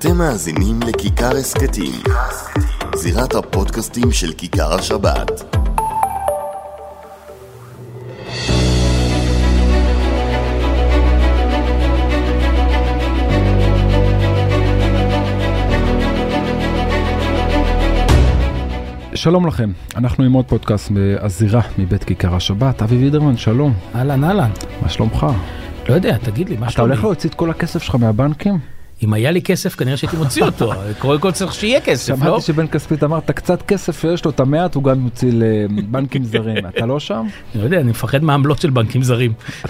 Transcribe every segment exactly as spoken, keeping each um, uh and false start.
אתם מאזינים לכיכר הסקטים, זירת הפודקאסטים של כיכר השבת. שלום לכם, אנחנו עם עוד פודקאסט הזירה מבית כיכר השבת. אבי וידרמן, שלום. אהלן, אהלן. מה שלומך? לא יודע, תגיד לי, מה אתה שלומי? הולך להוציא את כל הכסף שלך מהבנקים? אם היה לי כסף, כנראה שהייתי מוציא אותו. קודם כל צריך שיהיה כסף, לא? שמעתי שבן כספית אמר, אתה קצת כסף יש לו, את המעט, הוא גם יוציא לבנקים זרים. אתה לא שם? אני לא יודע, אני מפחד מהעמלות של בנקים זרים.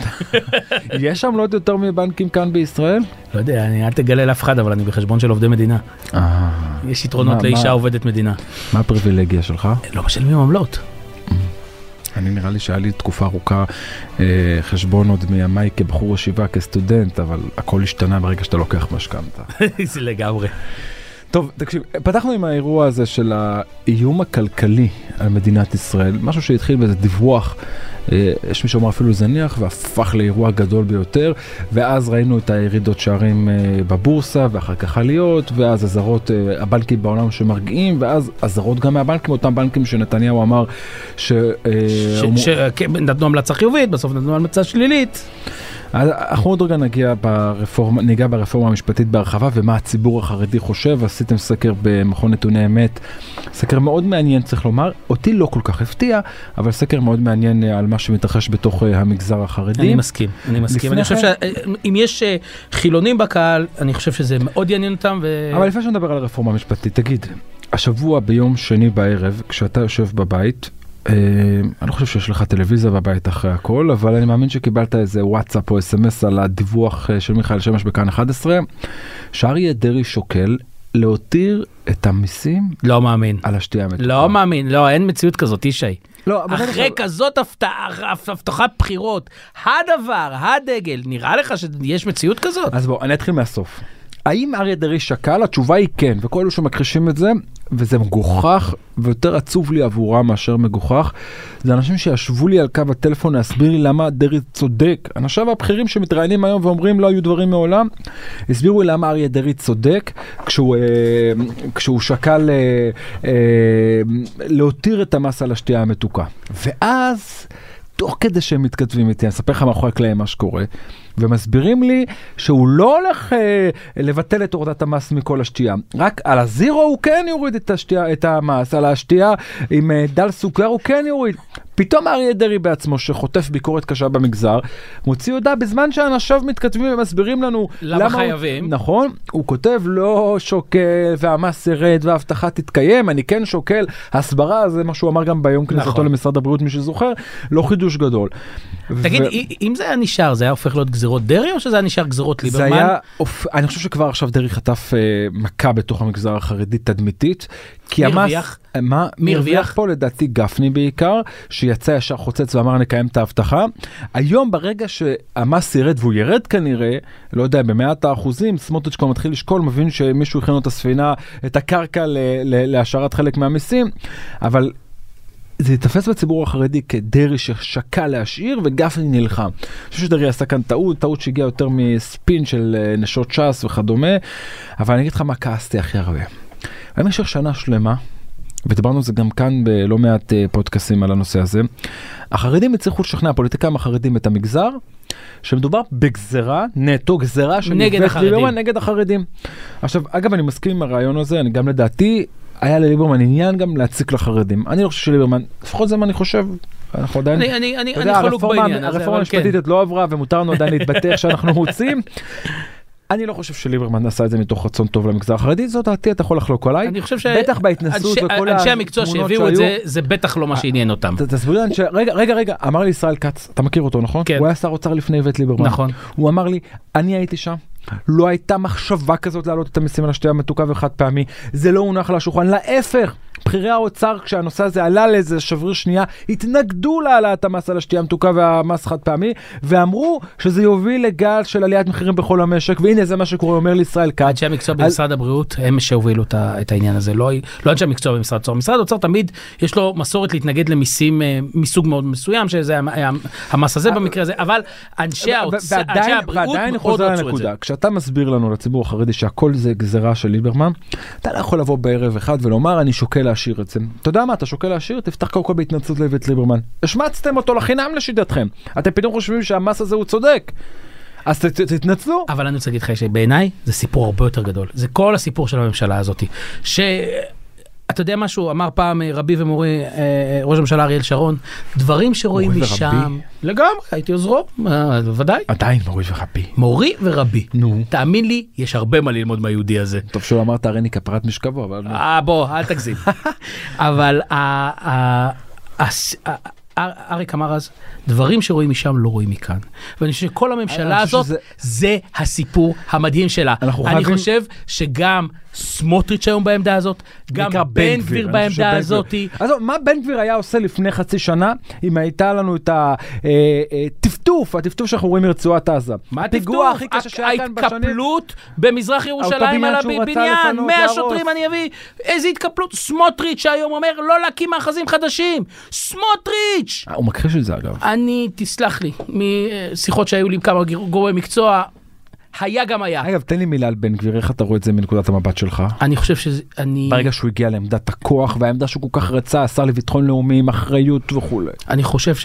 יש עמלות יותר מבנקים כאן בישראל? לא יודע, אני אל תגלה לאף אחד, אבל אני בחשבון של עובדי מדינה. יש יתרונות לאישה עובדת מדינה. מה הפריבילגיה שלך? לא משלמים עמלות. אני נראה לי שהיה לי תקופה ארוכה אה, חשבון עוד מימי כבחור ישיבה, כסטודנט, אבל הכל השתנה ברגע שאתה לוקח משכנתה. זה לגמרי. טוב, תקשיב, פתחנו עם האירוע הזה של האיום הכלכלי על מדינת ישראל, משהו שהתחיל באיזה דיווח, אה, יש מי שאומר אפילו זניח, והפך לאירוע גדול ביותר, ואז ראינו את הירידות שערים אה, בבורסה, ואחר כך עליות, ואז הזרות, אה, הבנקים בעולם שמרגיעים, ואז הזרות גם מהבנקים, אותם בנקים שנתניהו אמר ש... שנתנו המלצה חיובית, בסוף נתנו המלצה שלילית. אנחנו עוד רגע נגיע ברפורמה, ניגע ברפורמה המשפטית בהרחבה ומה הציבור החרדי חושב. עשיתם סקר במכון נתוני אמת, סקר מאוד מעניין צריך לומר, אותי לא כל כך הפתיע, אבל סקר מאוד מעניין על מה שמתרחש בתוך המגזר החרדי. אני מסכים, אני מסכים. אני חושב שאם יש חילונים בקהל, אני חושב שזה מאוד יעניין אותם. אבל לפני שנדבר על הרפורמה המשפטית, תגיד, השבוע ביום שני בערב, כשאתה יושב בבית, אני לא חושב שיש לך טלוויזיה בבית אחרי הכל, אבל אני מאמין שקיבלת איזה וואטסאפ או אס-אמס על הדיווח של מיכאל שמש בכאן אחת עשרה, שאריה דרעי שוקל להותיר את המיסים לא מאמין. על השתייה המתוקה. לא מאמין, לא, אין מציאות כזאת, ישי. לא, אחרי כזאת הבטחת בחירות, הדבר, הדגל, נראה לך שיש מציאות כזאת? אז בוא, אני אתחיל מהסוף. האם אריה דרעי שקל? התשובה היא כן, וכל אלו שמכחישים את זה, וזה מגוחך, ויותר עצוב לי עבורם מאשר מגוחך, זה אנשים שישבו לי על קו הטלפון להסביר לי למה דרעי צודק. אנשיו הבכירים שמתראיינים היום ואומרים לא היו דברים מעולם, הסבירו לי למה אריה דרעי צודק, כשהוא, כשהוא שקל להותיר את המס על השתייה המתוקה. ואז... תוך כדי שהם מתכתבים איתי, אני אספר לך מאחורי הקלעים מה שקורה, ומסבירים לי שהוא לא הולך אה, לבטל את הורדת המס מכל השתייה, רק על הזירו הוא כן יוריד את, השתייה, את המס, על השתייה עם אה, דל סוכר הוא כן יוריד. פתאום אריה דרעי בעצמו שחוטף ביקורת קשה במגזר, מוציא הודעה בזמן שאנשיו מתכתבים ומסבירים לנו למה, למה חייבים. הוא, נכון, הוא כותב לא שוקל והמס ירד וההבטחה תתקיים, אני כן שוקל, הסברה זה מה שהוא אמר גם ביום כניסתו נכון. למשרד הבריאות מי שזוכר, לא חידוש גדול. תגיד, ו... אם זה היה נשאר, זה היה הופך להיות גזירות דרעי או שזה היה נשאר גזירות ליברמן? זה היה, אני חושב שכבר עכשיו דרעי חטף אה, מכה בתוך המגזר החרדי תדמיתית, כי המס... מרוויח? מה? מי הרוויח? פה לדעתי גפני בעיקר, שיצא ישר חוצץ ואמר נקיים את ההבטחה. היום ברגע שהמס ירד, והוא ירד כנראה, לא יודע, במאת האחוזים, סמוטריץ' כבר מתחיל לשקול, מבין שמישהו הכין לו את הספינה, את הקרקע ל- ל- להשארת חלק מהמיסים, אבל זה יתפס בציבור החרדי כדרעי ששקע להשאיר, וגפני נלחם. אני חושב שדרעי עשה כאן טעות, טעות שהגיעה יותר מספין של נשות ש"ס וכדומה, אבל אני אגיד לך מה כעסתי הכי הרבה. במשך שנה שלמה, ודיברנו על זה גם כאן בלא מעט פודקאסים על הנושא הזה, החרדים הצליחו לשכנע, הפוליטיקאים החרדים את המגזר, שמדובר בגזרה נטו, גזרה נגד החרדים. נגד החרדים. עכשיו, אגב, אני מסכים עם הרעיון הזה, אני גם לדעתי, היה לליברמן עניין גם להציק לחרדים. אני לא חושב שליברמן, לפחות זה מה אני חושב, אנחנו עדיין... אני, אני, אני, אני חולוק בעניין הזה, הרפורמה המשפטית לא עברה, ומותר לנו עדיין להתבטא איך שאנחנו רוצים. אני לא חושב שליברמן עשה את זה מתוך רצון טוב למגזר החרדי, זאת דעתי, אתה יכול לחלוק עליי. אני חושב ש... בטח בהתנסות וכל אנשי המקצוע שהביאו את זה, זה בטח לא מה שעניין אותם. תסביר לי, רגע, רגע, רגע, אמר לי ישראל כץ, אתה מכיר אותו, נכון? כן. הוא היה שר אוצר לפני איווט ליברמן. נכון. הוא אמר לי, אני הייתי שם, לא הייתה מחשבה כזאת להעלות את המיסים על השתייה המתוקה וחד פעמי, זה לא הונח על השולחן, להפך. בכירי האוצר, כשהנושא הזה עלה לאיזה שבריר שנייה, התנגדו להעלאת המס על השתייה המתוקה והמס חד פעמי, ואמרו שזה יוביל לגל של עליית מחירים בכל המשק, והנה זה מה שקורה, אומר לישראל כץ. אנשי המקצוע במשרד הבריאות הם שהובילו את העניין הזה, לא אנשי המקצוע במשרד האוצר. משרד האוצר תמיד יש לו מסורת להתנגד למיסים מסוג מאוד מסוים, שזה המס הזה במקרה הזה, אבל אנשי הבריאות מאוד רצו את זה. כשאתה מסביר לנו לציבור החרדי שהכל זה גזרה של ליברמן, אתה לא יכול לבוא בערב אחד ולומר אני שוקל להשאיר את זה. אתה יודע מה, אתה שוקל להשאיר, תפתח קודם כל בהתנצלות לאיווט ליברמן. השמצתם אותו לחינם לשיטתכם. אתם פתאום חושבים שהמס הזה הוא צודק. אז תתנצלו. אבל אני רוצה להגיד לך שבעיניי זה סיפור הרבה יותר גדול. זה כל הסיפור של הממשלה הזאת. ש... אתה יודע משהו, אמר פעם רבי ומורי, ראש הממשלה אריאל שרון, דברים שרואים משם, לגמרי, הייתי עוזרו, בוודאי. עדיין מורי ורבי. מורי ורבי. נו. תאמין לי, יש הרבה מה ללמוד מהיהודי הזה. טוב שהוא אמרת, הרי כפרת משכבו, אבל... אה, בוא, אל תגזים. אבל אריק אמר אז, דברים שרואים משם לא רואים מכאן. ואני חושב שכל הממשלה הזאת, זה הסיפור המדהים שלה. אני חושב שגם סמוטריץ' היום בעמדה הזאת, גם בן גביר בעמדה הזאת. אז מה בן גביר היה עושה לפני חצי שנה, אם הייתה לנו את הטפטוף, הטפטוף שאנחנו רואים מרצועת עזה? מה הטפטוף? ההתקפלות במזרח ירושלים על הבניין, מאה שוטרים אני אביא, איזה התקפלות? סמוטריץ' שהיום אומר לא להקים מאחזים חדשים. סמוטריץ'! הוא מכחיש את זה אגב. אני, תסלח לי, משיחות שהיו לי עם כמה גורמי מקצוע, היה גם היה. אגב, תן לי מילה על בן גביר, איך אתה רואה את זה מנקודת המבט שלך? אני חושב שזה, אני... ברגע שהוא הגיע לעמדת הכוח, והעמדה שהוא כל כך רצה, השר לביטחון לאומי, עם אחריות וכו'. אני חושב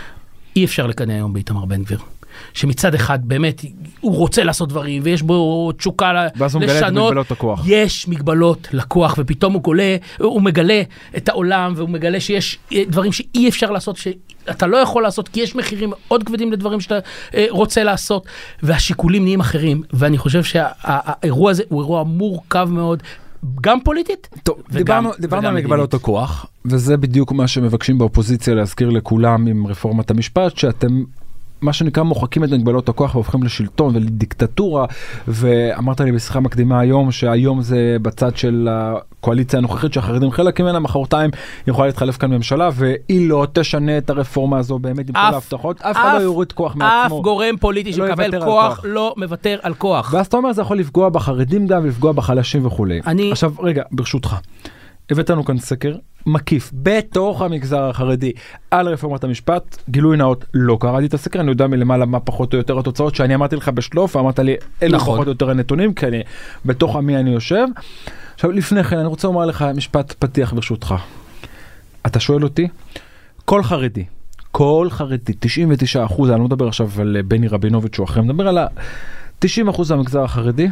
שאי אפשר לקנא היום באיתמר בן גביר. שמצד אחד באמת הוא רוצה לעשות דברים, ויש בו תשוקה לשנות, יש מגבלות לכוח, ופתאום הוא, גולה, הוא מגלה את העולם, והוא מגלה שיש דברים שאי אפשר לעשות, שאתה לא יכול לעשות, כי יש מחירים מאוד כבדים לדברים שאתה רוצה לעשות, והשיקולים נהיים אחרים, ואני חושב שהאירוע הזה הוא אירוע מורכב מאוד, גם פוליטית. טוב, דיברנו, דיברנו על מגבלות הכוח, וזה בדיוק מה שמבקשים באופוזיציה להזכיר לכולם עם רפורמת המשפט, שאתם מה שנקרא מוחקים את מגבלות הכוח והופכים לשלטון ולדיקטטורה, ואמרת לי בשיחה מקדימה היום שהיום זה בצד של הקואליציה הנוכחית שהחרדים חלק ממנה, מחרתיים יכולה להתחלף כאן ממשלה והיא לא תשנה את הרפורמה הזו באמת עם כל ההבטחות, אף אחד לא יוריד כוח מעצמו. אף גורם פוליטי שמקבל כוח לא מוותר על כוח. ואז אתה אומר זה יכול לפגוע בחרדים גם ולפגוע בחלשים וכו'. עכשיו רגע ברשותך, הבאת לנו כאן סקר מקיף בתוך המגזר החרדי על רפורמת המשפט, גילוי נאות לא קראתי את הסקר, אני יודע מלמעלה מה פחות או יותר התוצאות שאני אמרתי לך בשלוף, ואמרת לי אלו נכון. פחות או יותר הנתונים, כי אני בתוך עמי אני יושב. עכשיו לפני כן אני רוצה לומר לך משפט פתיח ברשותך. אתה שואל אותי, כל חרדי, כל חרדי, תשעים ותשעה אחוז, אני לא מדבר עכשיו על בני רבינוביץ' שהוא אחרי, מדבר על ה-תשעים אחוז המגזר החרדי,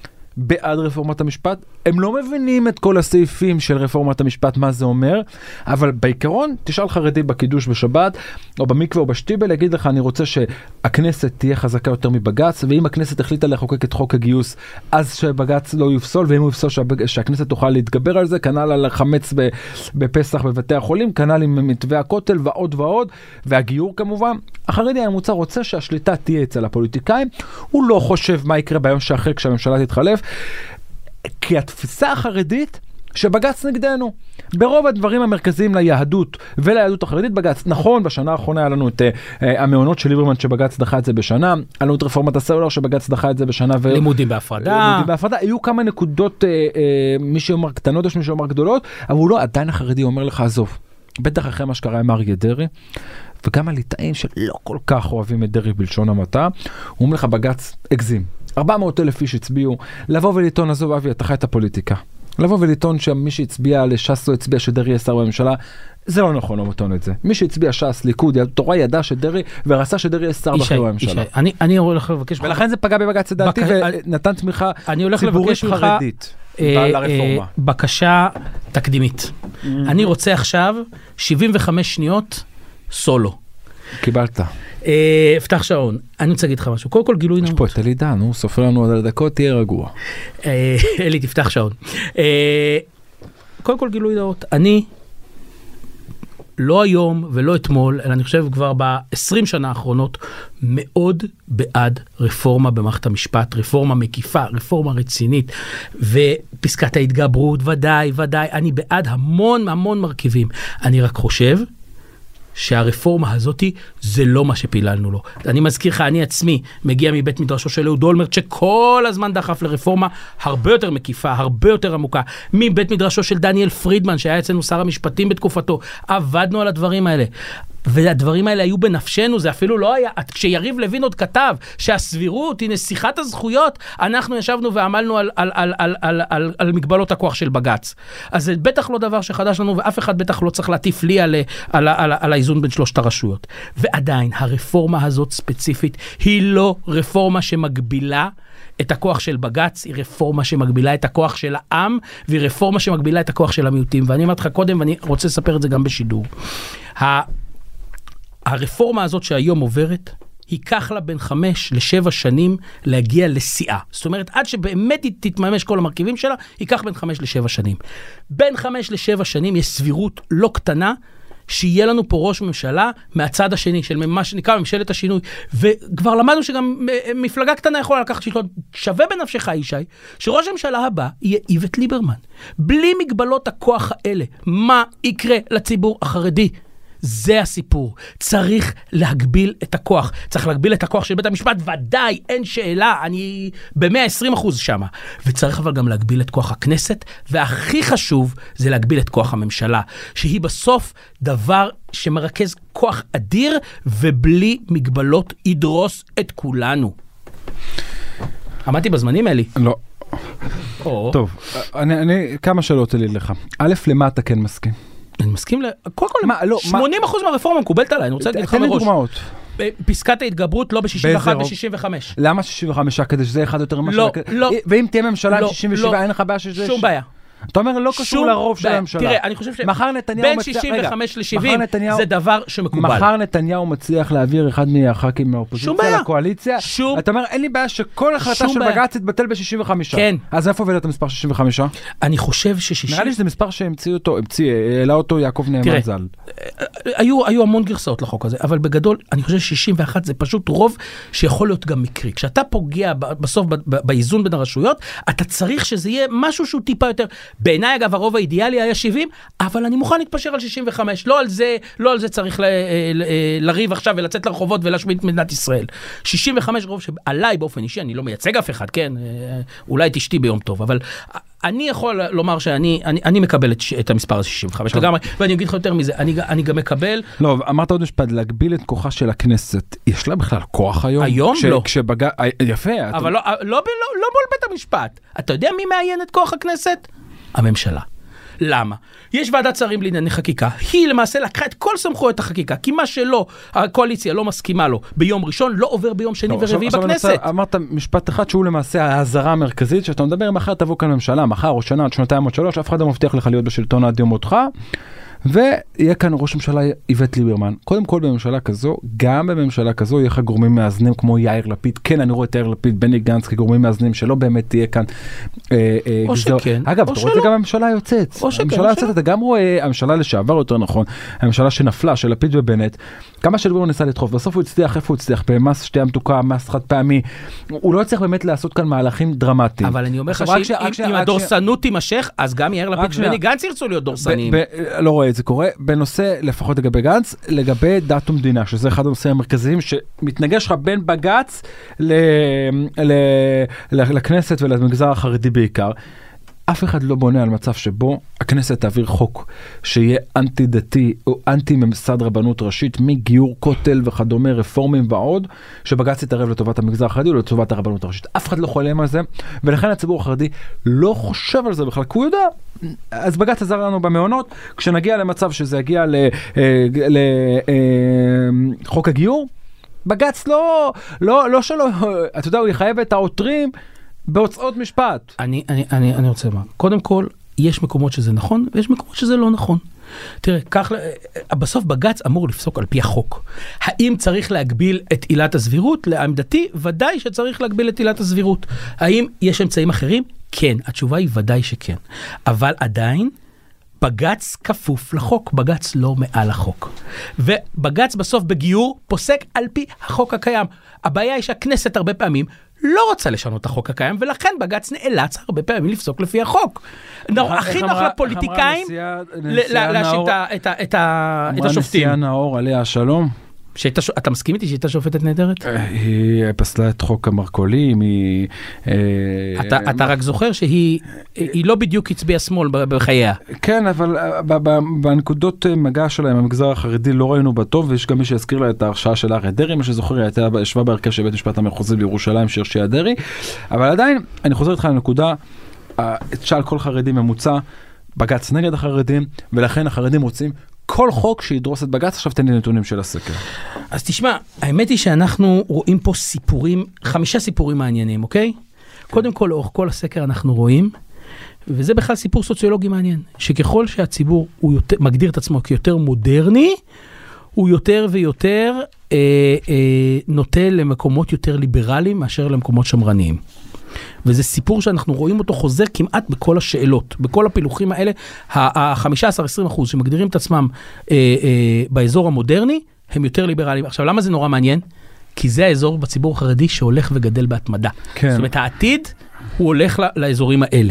בעד רפורמת המשפט, הם לא מבינים את כל הסעיפים של רפורמת המשפט, מה זה אומר, אבל בעיקרון, תשאל חרדי בקידוש בשבת, או במקווה או בשטיבל, יגיד לך, אני רוצה שהכנסת תהיה חזקה יותר מבגץ, ואם הכנסת החליטה לחוקק את חוק הגיוס, אז שבגץ לא יפסול, ואם הוא יפסול שהכנסת תוכל להתגבר על זה, כנ"ל על החמץ בפסח בבתי החולים, כנ"ל עם מתווה הכותל ועוד ועוד, והגיור כמובן. החרדי הממוצע רוצה שהשליטה תהיה אצל הפוליטיקאים, הוא לא חושב מה יקרה ביום שאחרי כשהממשלה תתחלף, כי התפיסה החרדית שבגץ נגדנו. ברוב הדברים המרכזיים ליהדות וליהדות החרדית בגץ, נכון, בשנה האחרונה היה לנו את uh, המעונות של ליברמן שבגץ דחה את זה בשנה, היה לנו את רפורמת הסלולר שבגץ דחה את זה בשנה. ו... לימודים בהפרדה. לימודים בהפרדה. היו כמה נקודות, uh, uh, מי שאומר קטנות, יש מי שאומר גדולות, אבל הוא לא, עדיין החרדי אומר לך, עזוב, בטח אחרי מה שקרה עם אריה דרעי, וגם הליטאים שלא כל כך אוהבים את דרעי בלשון המעטה, הוא אומר לך בגץ הגזים. ארבע מאות אלף איש הצביעו, לבוא ולטעון, עזוב אבי, אתה חי את הפוליטיקה. לבוא ולטעון שמי שהצביע לש"ס לא הצביע שדרעי יהיה שר בממשלה, זה לא נכון, לא מטעון את זה. מי שהצביע ש"ס, ליכוד, תורה ידע שדרעי, ורצה שדרעי יהיה שר בכיר בממשלה. אני, אני הולך לבקש... ולכן זה פגע בבג"ץ לדעתי, ונתן תמיכה ציבורית חרדית לרפורמה. בקשה תקדימית. אני רוצה עכשיו שבעים וחמש שניות סולו. קיבלת. פתח שעון, אני רוצה להגיד לך משהו, קודם כל גילוי נאות. יש פה את אלי דן, הוא סופר לנו עוד על הדקות, תהיה רגוע. אלי, תפתח שעון. קודם כל גילוי נאות, אני לא היום ולא אתמול, אלא אני חושב כבר ב-עשרים שנה האחרונות, מאוד בעד רפורמה במערכת המשפט, רפורמה מקיפה, רפורמה רצינית, ופסקת ההתגברות, ודאי, ודאי, אני בעד המון המון מרכיבים. אני רק חושב שהרפורמה הזאת זה לא מה שפיללנו לו. אני מזכיר לך, אני עצמי מגיע מבית מדרשו של אהוד אולמרט, שכל הזמן דחף לרפורמה הרבה יותר מקיפה, הרבה יותר עמוקה. מבית מדרשו של דניאל פרידמן, שהיה אצלנו שר המשפטים בתקופתו. עבדנו על הדברים האלה. והדברים האלה היו בנפשנו, זה אפילו לא היה, כשיריב לוין עוד כתב שהסבירות היא נסיכת הזכויות, אנחנו ישבנו ועמלנו על, על, על, על, על, על, על מגבלות הכוח של בגץ. אז זה בטח לא דבר שחדש לנו, ואף אחד בטח לא צריך להטיף לי על, על, על, על האיזון בין שלושת הרשויות. ועדיין, הרפורמה הזאת ספציפית, היא לא רפורמה שמגבילה את הכוח של בגץ, היא רפורמה שמגבילה את הכוח של העם, והיא רפורמה שמגבילה את הכוח של המיעוטים. ואני אמרתי לך קודם, ואני רוצה לספר את זה גם בשידור. הרפורמה הזאת שהיום עוברת, ייקח לה בין חמש לשבע שנים להגיע לשיאה. זאת אומרת, עד שבאמת היא תתממש כל המרכיבים שלה, ייקח בין חמש לשבע שנים. בין חמש לשבע שנים יש סבירות לא קטנה, שיהיה לנו פה ראש ממשלה מהצד השני, של מה שנקרא ממשלת השינוי, וכבר למדנו שגם מפלגה קטנה יכולה לקחת שלטון. שווה בנפשך, ישי, שראש הממשלה הבא יהיה איווט ליברמן. בלי מגבלות הכוח האלה, מה יקרה לציבור החרדי? זה הסיפור. צריך להגביל את הכוח. צריך להגביל את הכוח של בית המשפט, ודאי, אין שאלה, אני ב-מאה ועשרים אחוז שמה. וצריך אבל גם להגביל את כוח הכנסת, והכי חשוב זה להגביל את כוח הממשלה, שהיא בסוף דבר שמרכז כוח אדיר, ובלי מגבלות ידרוס את כולנו. עמדתי בזמנים, אלי? לא. טוב, אני, כמה שאלות לי לך. א', למה אתה כן מסכים? אני מסכים ל... קודם כל, שמונים אחוז מהרפורמה מקובלת עליי, אני רוצה להגיד לך מראש. תן לי דוגמאות. פסקת ההתגברות לא ב-שישים ואחת, ב-שישים וחמש. למה שישים וחמש? כדי שזה אחד יותר ממשלה? לא, לא. ואם תהיה ממשלה עם שישים ושבע, אין לך בעיה שזה... שום בעיה. אתה אומר, לא קשור לרוב של הממשלה. תראה, אני חושב שבין שישים וחמש ל-שבעים זה דבר שמקובל. מחר נתניהו מצליח להעביר אחד מהח"כים מהאופוזיציה לקואליציה. אתה אומר, אין לי בעיה שכל החלטה של בג"ץ תתבטל ב-שישים וחמש. כן. אז איפה הבאת המספר שישים וחמש? אני חושב ש-שישים... נראה לי שזה מספר שהמציא אותו, העלה אותו יעקב נאמן ז"ל. היו המון גרסאות לחוק הזה, אבל בגדול, אני חושב ש-שישים ואחת זה פשוט רוב שיכול להיות גם מקרי. כשאתה פוגע בסוף באיזון בין הרשויות, אתה צריך שזה יהיה משהו שהוא טיפה יותר. בעיניי, אגב, הרוב האידיאלי היה שבעים, אבל אני מוכן להתפשר על שישים וחמש. לא על זה, לא על זה צריך ל, ל, לריב עכשיו ולצאת לרחובות ולהשמיד את מדינת ישראל. שישים וחמש רוב שעליי באופן אישי, אני לא מייצג אף אחד, כן? אולי תשתי ביום טוב, אבל אני יכול לומר שאני אני, אני מקבל את, את המספר הזה שישים וחמש לגמרי, ואני אגיד לך יותר מזה, אני, אני גם מקבל... לא, אמרת עוד משפט, להגביל את כוחה של הכנסת, יש לה בכלל כוח היום? היום כש, לא. כשבג... יפה. אבל לא, לא, לא, לא מול בית המשפט. אתה יודע מי מעיין את כוח הכנסת? הממשלה. למה? יש ועדת שרים לענייני חקיקה, היא למעשה לקחה את כל סמכויות החקיקה, כי מה שלא, הקואליציה לא מסכימה לו ביום ראשון, לא עובר ביום שני ורביעי בכנסת. אמרת משפט אחד שהוא למעשה ההזרה המרכזית, שאתה מדבר, מחר תבוא כאן ממשלה, מחר או שנה, עד שנתיים עוד שלוש, אף אחד לא מבטיח לך להיות בשלטון עד יום מותך, ויהיה כאן ראש ממשלה איווט ליברמן. קודם כל בממשלה כזו, גם בממשלה כזו יהיה לך גורמים מאזנים כמו יאיר לפיד. כן, אני רואה את יאיר לפיד, בני גנץ כגורמים מאזנים שלא באמת תהיה כאן אה, או גזר. שכן. אגב, אתה רואה את זה גם בממשלה היוצאת. או שכן. הממשלה היוצאת, אתה גם רואה, הממשלה לשעבר יותר נכון, הממשלה שנפלה, של לפיד ובנט, כמה שליברמן ניסה לדחוף, בסוף הוא הצליח, איפה הוא הצליח? במס שתי המתוקה, מס חד פעמי. הוא לא צריך באמת לעשות כאן מהלכים דרמטיים. אבל אני אומר לך שאם הדורסנות תימשך, אז גם יאיר לפיד ובני גנץ ירצו להיות דורסניים. לא רואה את זה קורה. בנושא, לפחות לגבי גנץ, לגבי דת ומדינה, שזה אחד הנושאים המרכזיים שמתנגש לך בין בג"ץ ל, ל, ל, לכנסת ולמגזר החרדי בעיקר. אף אחד לא בונה על מצב שבו הכנסת תעביר חוק שיהיה אנטי דתי או אנטי ממסד רבנות ראשית, מגיור, כותל וכדומה, רפורמים ועוד, שבג"ץ יתערב לטובת המגזר החרדי או לטובת הרבנות הראשית. אף אחד לא חולם על זה, ולכן הציבור החרדי לא חושב על זה בכלל, כי הוא יודע. אז בג"ץ עזר לנו במעונות, כשנגיע למצב שזה יגיע לחוק הגיור, בג"ץ לא, לא, לא שלא, אתה יודע, הוא יחייב את העותרים בהוצאות משפט. אני, אני, אני, אני רוצה לומר, קודם כל, יש מקומות שזה נכון, ויש מקומות שזה לא נכון. תראה, כך, בסוף בג"ץ אמור לפסוק על פי החוק. האם צריך להגביל את עילת הסבירות? לעמדתי, ודאי שצריך להגביל את עילת הסבירות. האם יש אמצעים אחרים? כן. התשובה היא ודאי שכן. אבל עדיין, בגץ כפוף לחוק, בגץ לא מעל החוק. ובגץ בסוף בגיור פוסק על פי החוק הקיים. הבעיה היא שהכנסת הרבה פעמים לא רוצה לשנות את החוק הקיים, ולכן בגץ נאלץ הרבה פעמים לפסוק לפי החוק. הכי נוח לפוליטיקאים להאשים את השופטים. אמרה נשיאה נאור עליה השלום. אתה מסכים איתי שהייתה שופטת נהדרת? היא פסלה את חוק המרכולים, היא... אתה רק זוכר שהיא לא בדיוק הצביעה שמאל בחייה. כן, אבל בנקודות מגע שלהם, המגזר החרדי לא ראינו בטוב, ויש גם מי שיזכיר לה את ההרשעה של אריה דרעי, מה שזוכר, היא הייתה ישבה בהרכב של בית משפט המחוזי בירושלים שהרשיע דרעי, אבל עדיין, אני חוזר איתך לנקודה, תשאל כל חרדי ממוצע, בג"ץ נגד החרדים, ולכן החרדים רוצים כל חוק שידרוס את בג"ץ. עכשיו תן לי נתונים של הסקר. אז תשמע, האמת היא שאנחנו רואים פה סיפורים, חמישה סיפורים מעניינים, אוקיי? קודם כל, לאורך כל הסקר אנחנו רואים, וזה בכלל סיפור סוציולוגי מעניין, שככל שהציבור הוא יותר, מגדיר את עצמו כיותר מודרני, הוא יותר ויותר אה, אה, נוטה למקומות יותר ליברליים מאשר למקומות שמרניים. וזה סיפור שאנחנו רואים אותו חוזר כמעט בכל השאלות, בכל הפילוחים האלה, ה-חמישה עשר עד עשרים אחוז שמגדירים את עצמם אה, אה, באזור המודרני, הם יותר ליברליים. עכשיו, למה זה נורא מעניין? כי זה האזור בציבור החרדי שהולך וגדל בהתמדה. כן. זאת אומרת, העתיד הוא הולך לאזורים האלה.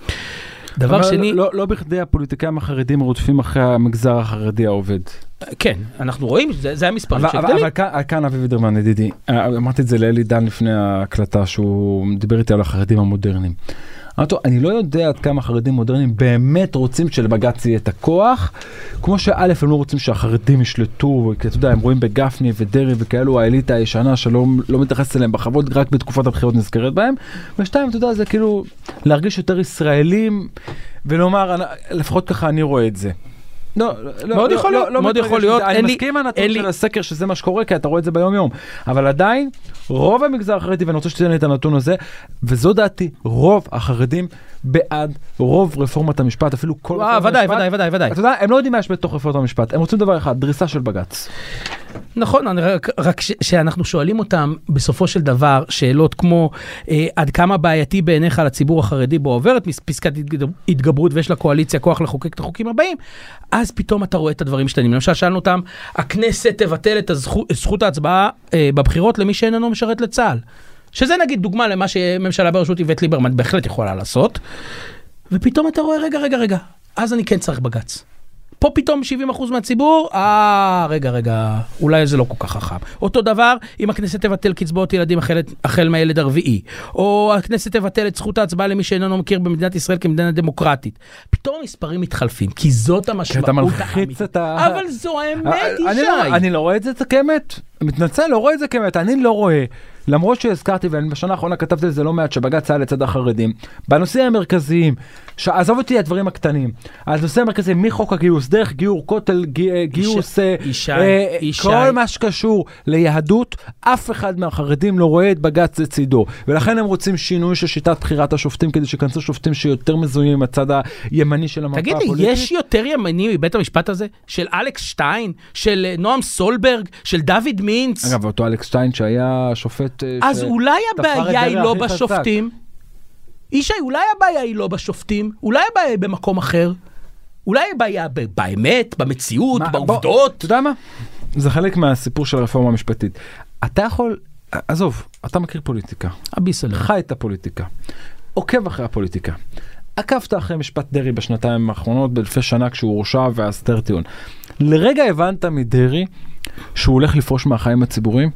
דבר שני... לא, לא בכדי הפוליטיקאים החרדים רודפים אחרי המגזר החרדי העובד. כן, אנחנו רואים, זה, זה המספרים שהבדלים. אבל כאן, כאן אבי וידרמן, ידידי, אמרתי את זה לאלי דן לפני ההקלטה, שהוא דיבר איתי על החרדים המודרניים. אמרתי, אני לא יודע עד כמה חרדים מודרניים באמת רוצים שלבג"ץ יהיה את הכוח, כמו שא' הם לא רוצים שהחרדים ישלטו, כי אתה יודע, הם רואים בגפני ודרעי וכאלו האליטה הישנה שלא לא מתייחסת אליהם בחוות, רק בתקופת הבחירות נזכרת בהם, ושתיים, אתה יודע, זה כאילו להרגיש יותר ישראלים, ולומר, לפחות ככה אני רואה את זה. לא, מאוד יכול להיות, מאוד יכול להיות. אני מסכים עם הנתון של הסקר שזה מה שקורה, כי אתה רואה את זה ביום יום. אבל עדיין, רוב המגזר החרדי, ואני רוצה שתתן לי את הנתון הזה, וזו דעתי, רוב החרדים בעד רוב רפורמת המשפט, אפילו כל רפורמת המשפט. ודאי, ודאי, ודאי, ודאי. אתה יודע, הם לא יודעים מה יש בתוך רפורמת המשפט, הם רוצים דבר אחד, דריסה של בג"ץ. נכון, רק שאנחנו שואלים אותם בסופו של דבר, שאלות כמו עד כמה בעייתי בעיניך לציבור החרדי בו עוברת פסקת התגברות ויש לקואליציה כוח לחוקק את החוקים הבאים, אז פתאום אתה רואה את הדברים שתנים. למשל, שאלנו אותם, הכנסת תבטל את זכות ההצבעה בבחירות למי שאיננו משרת לצה"ל. שזה נגיד דוגמה למה שממשלה בראשות איווט ליברמן בהחלט יכולה לעשות, ופתאום אתה רואה, רגע, רגע, רגע, אז אני כן צריך בג"ץ. פה פתאום שבעים אחוז מהציבור, אה, רגע, רגע, אולי זה לא כל כך חכם. אותו דבר, אם הכנסת תבטל קצבאות ילדים החל, החל מהילד הרביעי, או הכנסת תבטל את זכות ההצבעה למי שאיננו מכיר במדינת ישראל כמדינה דמוקרטית. פתאום מספרים מתחלפים, כי זאת המשמעות האמיתית. ה... אבל זו האמת, ישי. לא, אני לא רואה את זה כאמת. מתנצל, לא רואה את זה כאמת. אני לא רואה. למרות שהזכרתי, ואני בשנה האחרונה כתבתי את זה לא מעט, שבג"ץ היה לצד החרדים, בנושאים המרכזיים, שעזוב אותי הדברים הקטנים, על נושאים המרכזיים, מחוק הגיוס, דרך גיור, כותל, גיוס, כל מה שקשור ליהדות, אף אחד מהחרדים לא רואה את בג"ץ לצידו, ולכן הם רוצים שינוי של שיטת בחירת השופטים, כדי שכנסו שופטים שיותר מזוהים עם הצד הימני של המפה הפוליטית. תגיד לי, יש יותר ימני מבית המשפט הזה? של אלכס שטיין, של נועם סולברג, של דוד מינץ? אגב, אותו אלכס שטיין שהיה שופט אז אולי הבעיה היא לא בשופטים? ישי, אולי הבעיה היא לא בשופטים? אולי הבעיה היא במקום אחר? אולי הבעיה באמת, במציאות, בעובדות? אתה יודע מה? זה חלק מהסיפור של הרפורמה המשפטית. אתה יכול, עזוב, אתה מכיר פוליטיקה. חי את הפוליטיקה. עוקב אחרי הפוליטיקה. עקבת אחרי משפט דרעי בשנתיים האחרונות, בלפי שנה כשהוא הורשע והסתר טיעון. לרגע הבנת מדרעי שהוא הולך לפרוש מהחיים הציבוריים?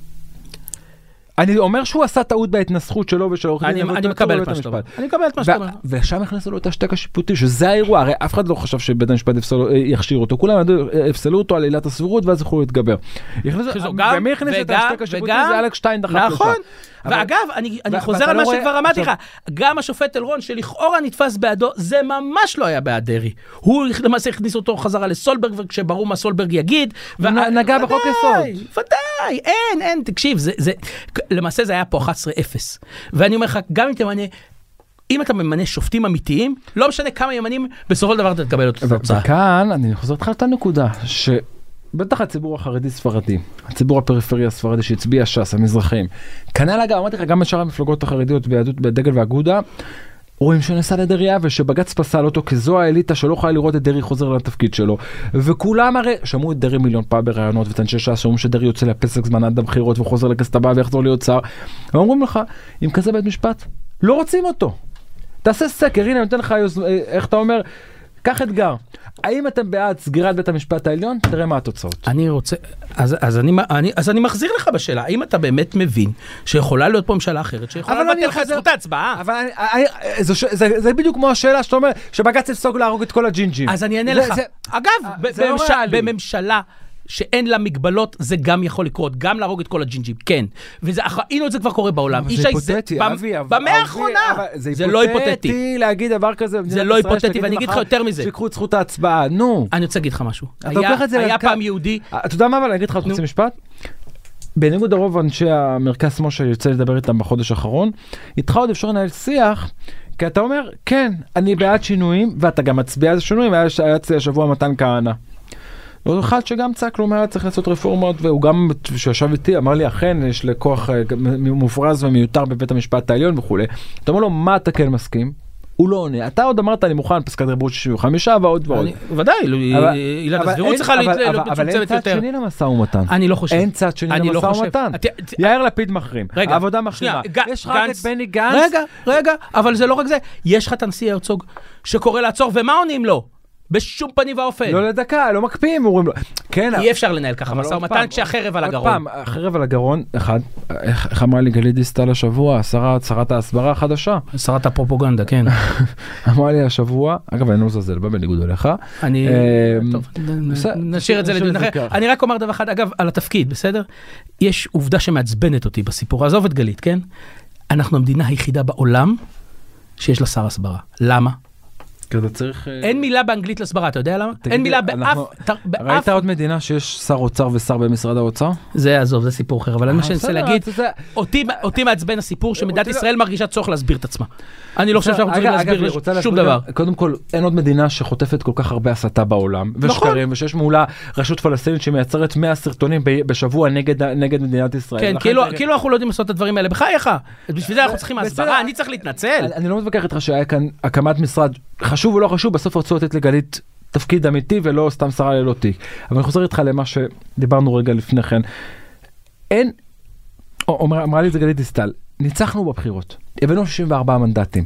אני אומר שהוא עשה טעות בהתנסחות שלו ושל עורך דין. אני מקבל את מה שאתה אומר. אני מקבל את מה שאתה אומר. ושם הכנסו לו את השתק השיפוטי, שזה האירוע. הרי אף אחד לא חשב שבית המשפט יכשיר אותו. כולם הפסלו אותו על עילת הסבירות, ואז יכולו להתגבר. ומי הכניס את השתק השיפוטי? זה אלכס שטיין דחף לשם. נכון. ואגב, אני חוזר על מה שכבר אמרתי לך, גם השופט אלרון שלכאורה נתפס בעדו, זה ממש לא היה בעד דרעי. הוא למעשה הכניס אותו חזרה לסולברג, וכשברור מה סולברג יגיד, נגע בחוק יסוד. ודאי, אין, אין, תקשיב, למעשה זה היה פה אחת עשרה אפס. ואני אומר לך, גם אם תמנה, אם אתה ממנה שופטים אמיתיים, לא משנה כמה ימנים, בסופו של דבר אתה תקבל אותו תוצאה. וכאן, אני חוזר לך את הנקודה, ש... בטח הציבור החרדי ספרדי, הציבור הפריפריה הספרדי שהצביע ש"ס, המזרחים. כנ"ל אגב, אמרתי לך, גם בשאר המפלגות החרדיות ביהדות, בדגל ואגודה, רואים שנסע לדרעי עוול, שבג"ץ פסל אותו כזו האליטה שלא יכולה לראות את דרעי חוזר לתפקיד שלו, וכולם הרי שמעו את דרעי מיליון פעם ברעיונות, ואת אנשי ש"ס שאומרים שדרעי יוצא לפסק זמן עד הבחירות וחוזר לכנסת הבאה ויחזור להיות שר, ואומרים לך, אם כזה בית משפט, לא רוצים אותו. תעשה סקר, הנה, אני נותן לך, איך אתה אומר, קח אתגר. האם אתם בעד סגירת בית המשפט העליון? תראה מה התוצאות. אני רוצה, אז, אז, אני, אני, אז אני מחזיר לך בשאלה, האם אתה באמת מבין שיכולה להיות פה ממשלה אחרת, שיכולה לבטל לך את זכות ההצבעה? אבל אני, אני, זה, זה, זה בדיוק כמו השאלה שאתה אומר, שבג"ץ יפסוק להרוג את כל הג'ינג'ים. אז אני אענה לך. זה, אגב, זה בממש, לא בממשלה שאין לה מגבלות, זה גם יכול לקרות, גם להרוג את כל הג'ינג'ים, כן. והיינו את זה כבר קורה בעולם. זה היפותטי, אבי. במאה האחרונה. זה לא היפותטי. להגיד דבר כזה. זה לא היפותטי, ואני אגיד לך יותר מזה. שיקחו את זכות ההצבעה, נו. אני רוצה להגיד לך משהו. היה פעם יהודי. אתה יודע מה, אבל אני אגיד לך עוד חצי משפט. בניגוד הרוב אנשי המרכז שמאל שיוצא לדבר איתם בחודש האחרון, איתך עוד אפשר לנהל שיח, כי אתה אומר, כן, אני בעד שינויים, ואתה גם מצביע על שינויים, היה אצלי השבוע מתן כהנא. לא אחד שגם צעק לו מה צריך לעשות רפורמות, והוא גם שישב איתי אמר לי אכן יש לכוח מופרז ומיותר בבית המשפט העליון וכו'. אתה אומר לו מה אתה כן מסכים? הוא לא עונה. אתה עוד אמרת אני מוכן פסקת רבות שישים וחמש ועוד ועוד. ודאי, עילת הסבירות צריכה להיות מצומצמת יותר. אבל אין צד שני למשא ומתן. אני לא חושב. אין צד שני למשא ומתן. יאיר לפיד מחרים. העבודה מחרימה. יש רק את בני גנץ. רגע, רגע, אבל זה לא רק זה. יש לך את הנשיא הרצוג שקורא לעצור, ומה עונים לו? בשום פנים ואופן. לא לדקה, לא מקפיאים, אומרים לו. כן. אי אפשר לנהל ככה משא ומתן כשהחרב על הגרון. עוד פעם, החרב על הגרון, אחד, איך אמרה לי גלית דיסטל השבוע, שרת ההסברה החדשה. שרת הפרופוגנדה, כן. אמרה לי השבוע, אגב, אני לא זזל, בא בניגוד אליך. אני, טוב, נשאיר את זה לדיון אחר. אני רק אומר דבר אחד, אגב, על התפקיד, בסדר? יש עובדה שמעצבנת אותי בסיפור. עזוב את גלית, כן? אנחנו המדינה היחידה בעולם שיש לה שר הסברה. למה? צריך... אין מילה באנגלית לסברה, אתה יודע למה? אין מילה באף... ראית עוד מדינה שיש שר אוצר ושר במשרד האוצר? זה עזוב, זה סיפור אחר, אבל אני רוצה להגיד, אותי מעצבן הסיפור שמדינת ישראל מרגישה צורך להסביר את עצמה. אני לא חושב שאנחנו צריכים להסביר שום דבר. קודם כל, אין עוד מדינה שחוטפת כל כך הרבה הסתה בעולם, ושקרים, ושיש מעולה רשות פלסטינית שמייצרת מאה סרטונים בשבוע נגד מדינת ישראל. כן, כאילו אנחנו לא יודעים לעשות את הדברים האלה. בחייך, בשביל זה אנחנו צריכים הסברה, אני צריך להתנצל. אני לא מתווכח איתך שהיה כאן הקמת משרד חשוב ולא חשוב, בסוף רצו לתת לגלית תפקיד אמיתי ולא סתם שרה ללא תיק. אבל אני חוזר איתך למה שדיברנו רגע לפני כן. אין, אמרה לי את זה גלית דיסטל, ניצחנו בבחירות, הבאנו שישים וארבעה מנדטים.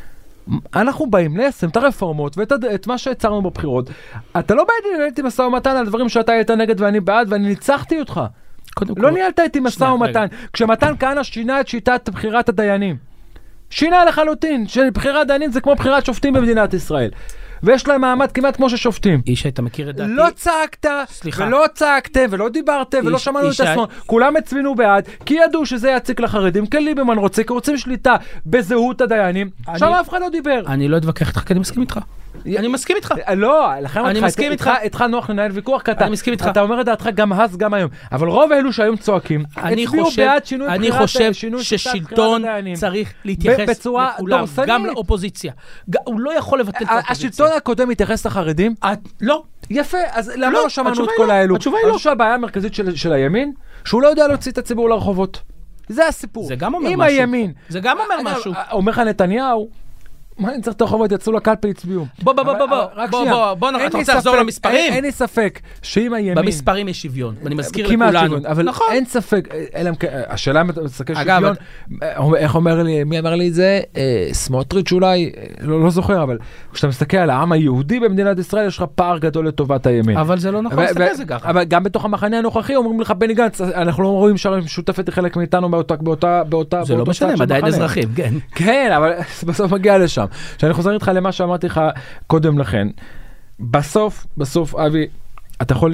אנחנו באים ליישם את הרפורמות ואת מה שהצרנו בבחירות. אתה לא בא לנהל איתי משא ומתן על דברים שאתה היית נגד ואני בעד, ואני ניצחתי אותך. לא ניהלת איתי משא ומתן. כשמתן כהנא שינה את שיטת בחירת הדיינים. שינה לחלוטין, שבחירת דיינים זה כמו בחירת שופטים במדינת ישראל. ויש להם מעמד כמעט כמו ששופטים. איש, אתה מכיר את דעתי? לא צעקת, ולא צעקתם, ולא דיברתם, ולא שמענו את השמאל. כולם הצבינו בעד, כי ידעו שזה יציק לחרדים, כי ליברמן רוצה, כי רוצים שליטה בזהות הדיינים. שם אף אחד לא דיבר. אני לא אתווכח איתך, כי אני מסכים איתך. אני מסכים איתך. לא, אני מסכים איתך. איתך נוח לנהל ויכוח, כי אתה אומר את דעתך גם אז, גם היום. אבל רוב אלו שהיום צועקים, הצביעו בעד שינוי אני חושב ששלטון צריך להתייחס לכולם, גם לאופוזיציה. הוא לא יכול לבטל את האופוזיציה. השלטון הקודם מתייחס לחרדים? לא. יפה, אז למה לא שמענו את כל האלו? התשובה היא לא. אני חושב שהבעיה המרכזית של הימין, שהוא לא יודע להוציא את הציבור לרחובות. זה הסיפור. זה גם אומר משהו. הימין, זה גם אומר משהו. אומר לך נתניהו, מה אני צריך את הרחובות, יצאו לקלפי, הצביעו. בוא, בוא, בוא, בוא, בוא, בוא, אתה רוצה לחזור למספרים? אין לי ספק שאם הימין... במספרים יש שוויון, ואני מזכיר לכולנו. אבל אין ספק, השאלה אם אתה מסתכל שוויון, איך אומר לי, מי אמר לי את זה? סמוטריץ' אולי, לא זוכר, אבל כשאתה מסתכל על העם היהודי במדינת ישראל, יש לך פער גדול לטובת הימין. אבל זה לא נכון, להסתכל על זה ככה. אבל גם בתוך המחנה הנוכחי אומרים לך, בני גנץ, אנחנו לא רואים שותפת חלק מאיתנו באותה... זה לא משנה, עדיין אזרחים, כן. כן, אבל בסוף מגיע לשם. שאני חוזר איתך למה שאמרתי לך קודם לכן. בסוף, בסוף, אבי, אתה יכול...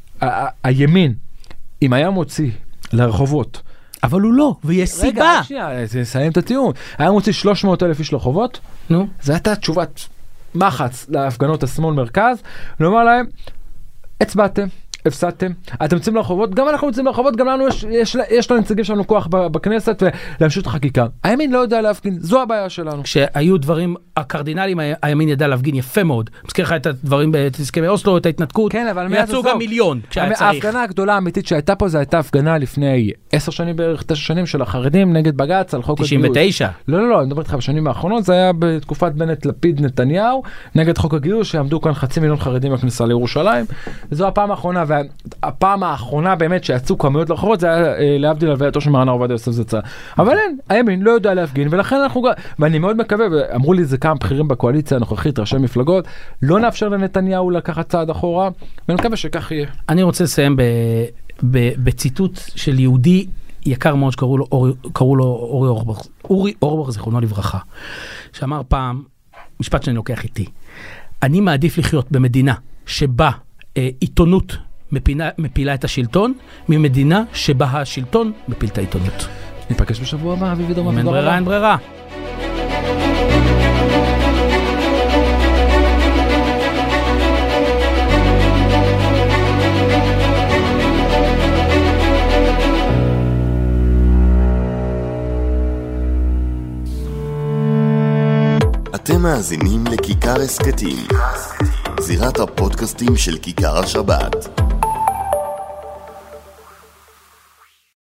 הימין, אם היה מוציא לרחובות... אבל הוא לא, ויש סיבה. רגע, שנייה, נסיים את הטיעון. היה מוציא שלוש מאות אלף איש לרחובות, נו. זו הייתה תשובת מחץ להפגנות השמאל מרכז, לומר להם, הצבעתם, הפסדתם, אתם יוצאים לרחובות, גם אנחנו יוצאים לרחובות, גם לנו יש, יש, יש לנציגים שלנו כוח בכנסת ולהמשיך את החקיקה. הימין לא יודע להפגין, זו הבעיה שלנו. כשהיו דברים הקרדינליים, הימין ידע להפגין יפה מאוד. מזכיר לך את הדברים בהסכמי אוסלו, את ההתנתקות, כן, אבל יצאו גם מיליון כשהיה צריך. ההפגנה הגדולה האמיתית שהייתה פה, זה הייתה הפגנה לפני עשר שנים בערך, תשע שנים של החרדים נגד בג"ץ על חוק הגיוס. תשעים ותשע. לא, לא, לא, אני מדבר איתך בשנים האחרונות, זה היה בתקופת בנט לפיד נתניהו, נגד חוק הגיוס, שעמדו כאן חצי מיליון חרדים בכניסה לירושלים. וזו הפעם האחרונה, והפעם האחרונה באמת שיצאו כמויות לרחובות, זה היה להבדיל הלווייתו של מרן עובדיה יוסף זצ"ל. אבל אין, הימין לא יודע להפגין, ולכן אנחנו, ואני מאוד מקווה, ואמרו לי זה כמה בכירים בקואליציה הנוכחית, ראשי מפלגות, לא נאפשר לנתניהו לקחת צעד אחורה, ואני מקווה שכך יהיה. אני רוצה לסיים ב, ב, בציטוט של יהודי יקר מאוד שקראו לו, אורי, קראו לו אורי אורבך, אורי אורבך זיכרונו לברכה, שאמר פעם, משפט שאני לוקח איתי, אני מעדיף לחיות במדינה שבה אה, עיתונות מפילה, מפילה את השלטון, ממדינה שבה השלטון מפיל את העיתונות. ניפגש בשבוע הבא, אביב ודומה. אין ברירה, אין ברירה. אתם מאזינים לכיכר הסקטים, זירת הפודקאסטים של כיכר השבת.